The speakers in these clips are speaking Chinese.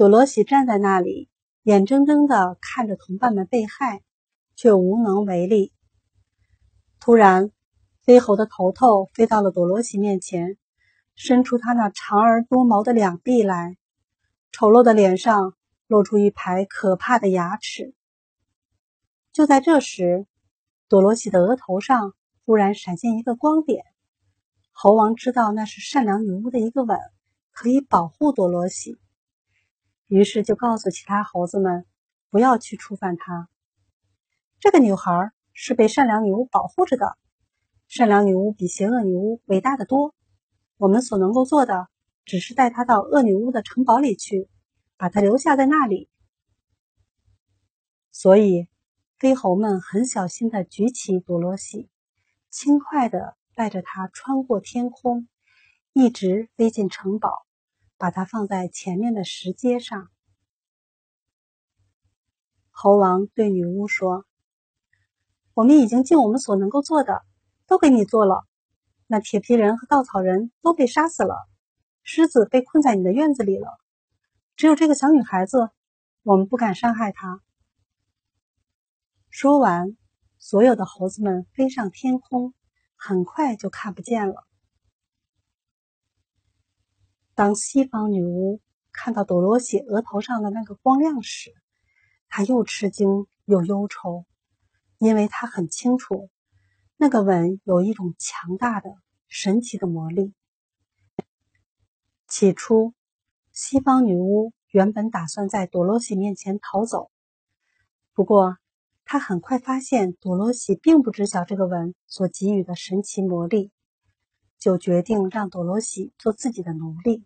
多罗西站在那里，眼睁睁地看着同伴们被害，却无能为力。突然，飞猴的头头飞到了多罗西面前，伸出他那长而多毛的两臂来，丑陋的脸上露出一排可怕的牙齿。就在这时，多罗西的额头上忽然闪现一个光点，猴王知道那是善良女巫的一个吻，可以保护多罗西，于是就告诉其他猴子们不要去触犯她。这个女孩是被善良女巫保护着的，善良女巫比邪恶女巫伟大的多，我们所能够做的只是带她到恶女巫的城堡里去，把她留下在那里。所以飞猴们很小心地举起多罗西，轻快地带着她穿过天空，一直飞进城堡，把它放在前面的石阶上。猴王对女巫说：我们已经尽我们所能够做的，都给你做了。那铁皮人和稻草人都被杀死了，狮子被困在你的院子里了。只有这个小女孩子，我们不敢伤害她。说完，所有的猴子们飞上天空，很快就看不见了。当西方女巫看到多罗西额头上的那个光亮时，她又吃惊又忧愁，因为她很清楚，那个吻有一种强大的、神奇的魔力。起初，西方女巫原本打算在多罗西面前逃走，不过她很快发现多罗西并不知晓这个吻所给予的神奇魔力，就决定让多罗西做自己的奴隶。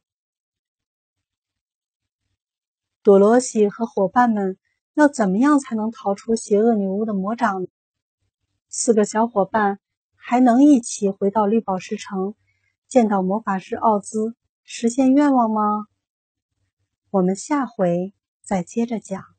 多罗西和伙伴们要怎么样才能逃出邪恶女巫的魔掌呢？4个小伙伴还能一起回到绿宝石城，见到魔法师奥兹，实现愿望吗？我们下回再接着讲。